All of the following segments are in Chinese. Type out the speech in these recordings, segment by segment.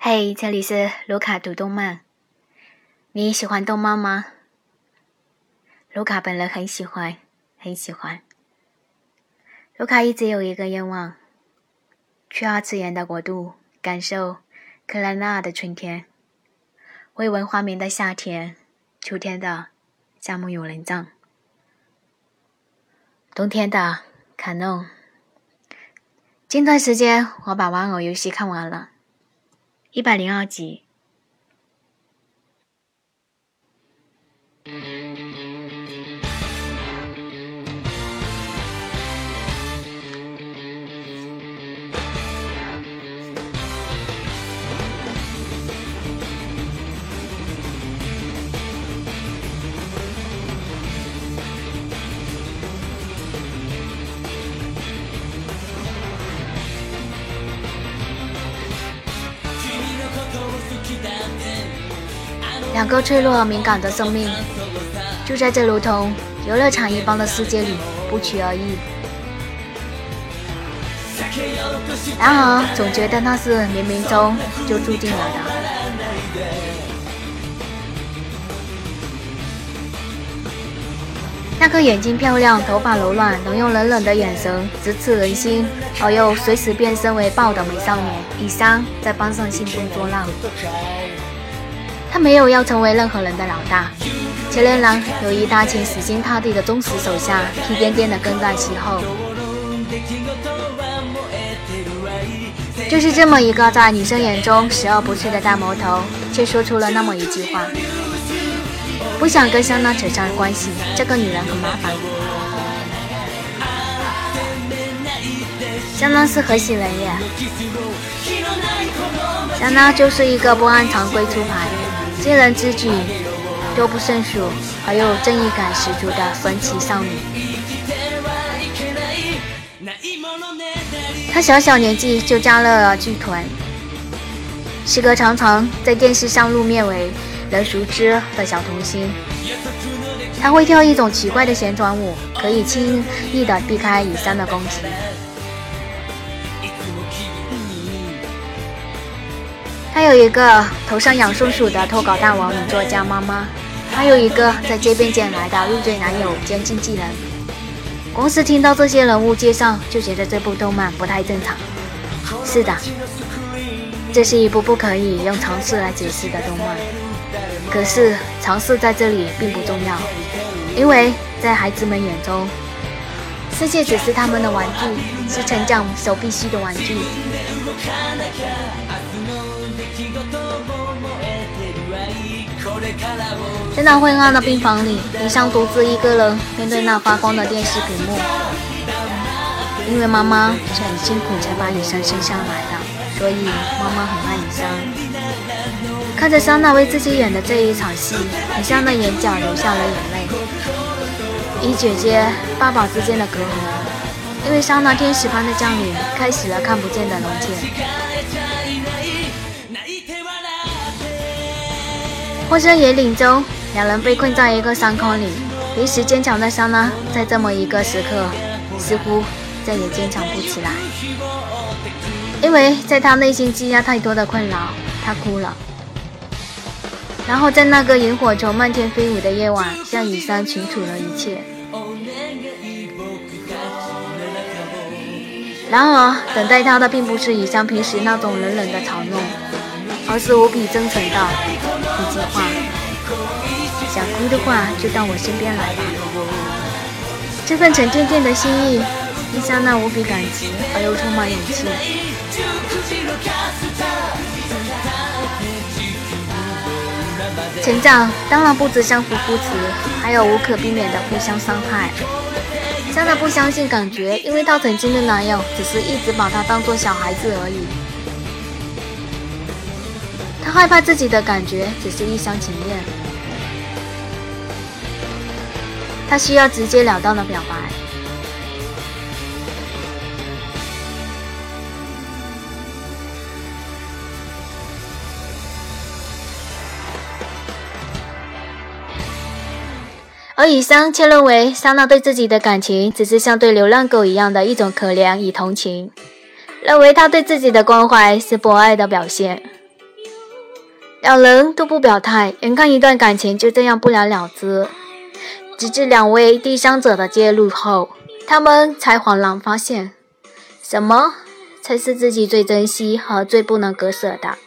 嘿，这里是卢卡读动漫。你喜欢动漫吗？卢卡本人很喜欢，很喜欢。卢卡一直有一个愿望，去二次元的国度，感受克兰纳的春天，未闻花名的夏天，秋天的夏目友人帐，冬天的卡弄。近段时间我把玩偶游戏看完了102集。两个脆弱敏感的生命，就在这如同游乐场一般的世界里不期而遇。然而总觉得那是冥冥中就注定了的。那个眼睛漂亮、头发柔软、能用冷冷的眼神直刺人心，而又随时变身为豹的美少年以桑，在班上兴风作浪。他没有要成为任何人的老大，却仍然有一大群死心塌地的忠实手下屁颠颠地跟在其后。就是这么一个在女生眼中十恶不赦的大魔头，却说出了那么一句话：不想跟香娜扯上关系，这个女人很麻烦。香娜是何许人也？香娜就是一个不按常规出牌，见人知己多不胜数，而又正义感十足的神奇少女。她小小年纪就加入了剧团，是个常常在电视上露面为人熟知的小童星。她会跳一种奇怪的旋转舞，可以轻易地避开以桑的攻击。她有一个头上养松鼠的脱稿大王女作家妈妈，还有一个在街边捡来的入赘男友兼经纪人。光是听到这些人物介绍，就觉得这部动漫不太正常。是的，这是一部不可以用常识来解释的动漫。可是常识在这里并不重要，因为在孩子们眼中，世界只是他们的玩具，是成长所必须的玩具。在那昏暗的病房里，李尚独自一个人面对那发光的电视屏幕。因为妈妈是很辛苦才把以桑生下来的，所以妈妈很爱以桑。看着桑娜为自己演的这一场戏，以桑的眼角流下了眼泪。以姐姐爸爸之间的隔阂，因为桑娜天使般的降临，开始了看不见的溶解。荒山野岭中，两人被困在一个山坑里，平时坚强的桑娜在这么一个时刻似乎再也坚强不起来，因为在她内心积压太多的困扰，她哭了。然后在那个萤火虫漫天飞舞的夜晚，向以桑倾吐了一切。然而等待她的并不是以桑平时那种冷冷的嘲弄，而是无比真诚的一句话：想哭的话就到我身边来吧。这份沉甸甸的心意，令莎娜无比感激而又充满勇气。成长当然不止相互扶持，还有无可避免的互相伤害。莎娜不相信感觉，因为她曾经的男友只是一直把她当作小孩子而已。她害怕自己的感觉只是一厢情愿，她需要直截了当的表白。而以桑却认为莎娜对自己的感情只是像对流浪狗一样的一种可怜与同情，认为她对自己的关怀是博爱的表现。 两人都不表态，眼看一段感情就这样不了了之。直至两位第三者的介入后，他们才恍然发现，什么才是自己最珍惜和最不能割舍的。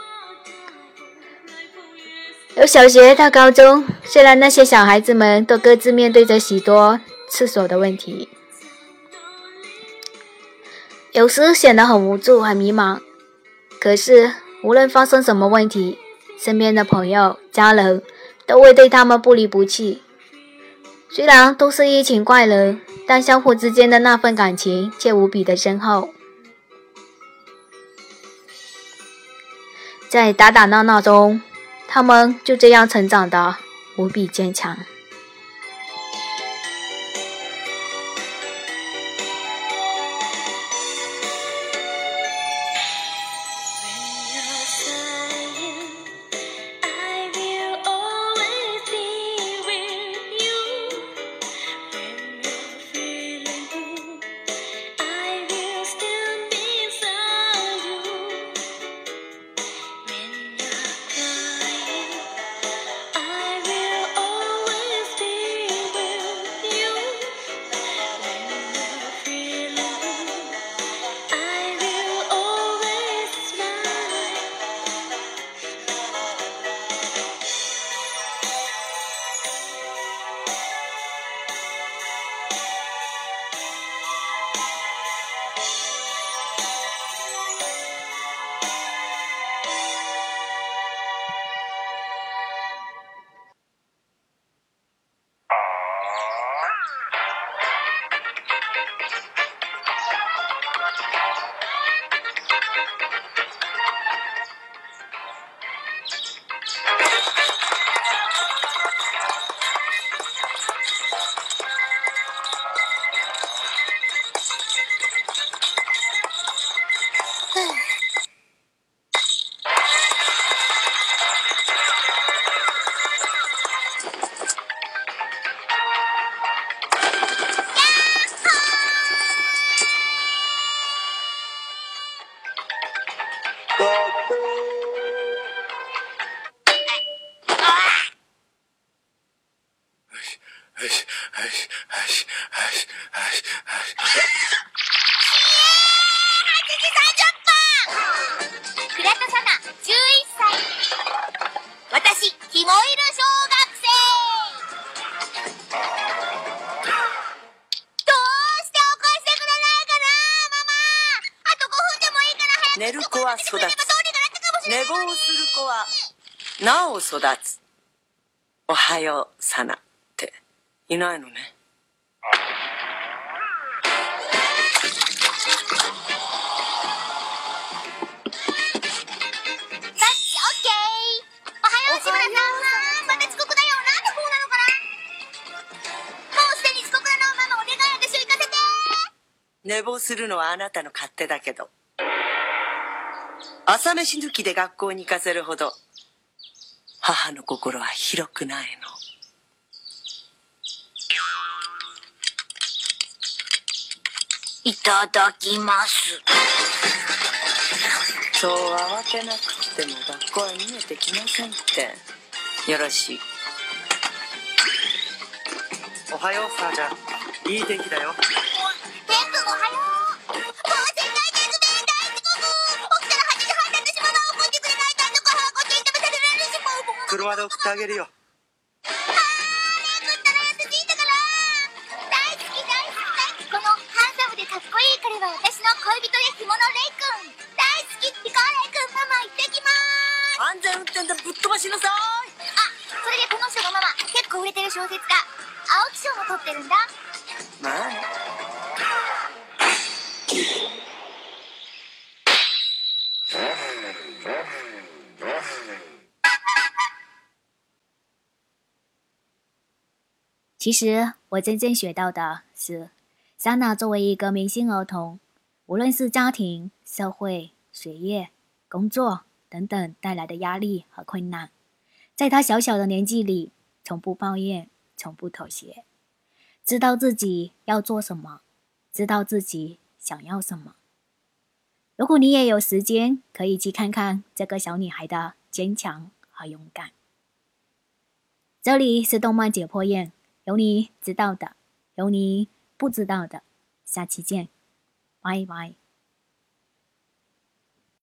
由小学到高中，虽然那些小孩子们都各自面对着许多棘手的问题，有时显得很无助、很迷茫。可是无论发生什么问题，身边的朋友、家人都会对他们不离不弃。虽然都是一群怪人，但相互之间的那份感情却无比的深厚。在打打闹闹中，他们就这样成长得无比坚强。 寝る子は育つ。寝坊する子はなお育つ。おはよう、サナっていないのね。寝坊するのはあなたの勝手だけど、朝飯抜きで学校に行かせるほど母の心は広くないの。 いただきます。 そう慌てなくても学校は逃げてきませんって。よろしい。 おはよう、さあちゃん。いい天気だよ。 ケン君おはよう。もう世界鉄弁大遅刻。起きたら8時半になってしまうのを送ってくれないと朝ごはんごちん食べさせられるし、もう車で送ってあげるよ。 レイ君ったら優しいんだから。大好き大好き大好き。このハンサムでかっこいい彼は私の恋人で紐のレイ君。大好きってかレイ君、ママ行ってきまーす。 安全運転でぶっ飛ばしなさい。 あ、それでこの人のママ結構売れてる小説家、青木賞も取ってるんだ。 まあね。 其实我真正学到的是，莎娜作为一个明星儿童，无论是家庭、社会、学业、工作等等带来的压力和困难，在她小小的年纪里，从不抱怨，从不妥协，知道自己要做什么，知道自己想要什么。如果你也有时间，可以去看看这个小女孩的坚强和勇敢。这里是动漫解剖院，有你知道的，有你不知道的，下期见，拜拜。